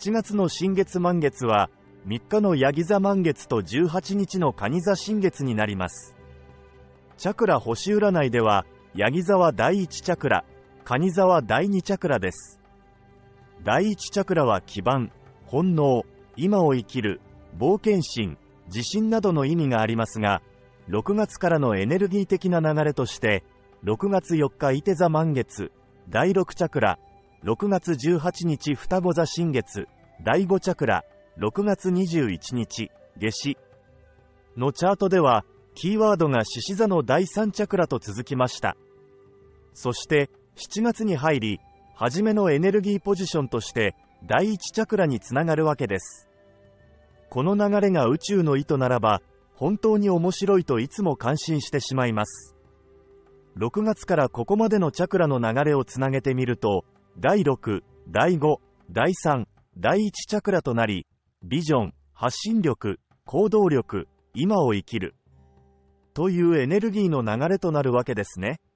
7月の新月満月は3日のヤギ座満月と18日の蟹座新月になります。チャクラ星占いでは、ヤギ座は第1チャクラ、蟹座は第2チャクラです。第1チャクラは基盤、本能、今を生きる、冒険心、自信などの意味がありますが、6月からのエネルギー的な流れとして、6月4日射手座満月、第6チャクラ、6月18日双子座新月、第5チャクラ、6月21日夏至のチャートでは、キーワードが獅子座の第3チャクラと続きました。そして7月に入り、初めのエネルギーポジションとして第1チャクラにつながるわけです。この流れが宇宙の意図ならば、本当に面白いといつも感心してしまいます。6月からここまでのチャクラの流れをつなげてみると、第6、第5、第3、第1チャクラとなり、ビジョン、発信力、行動力、今を生きるというエネルギーの流れとなるわけですね。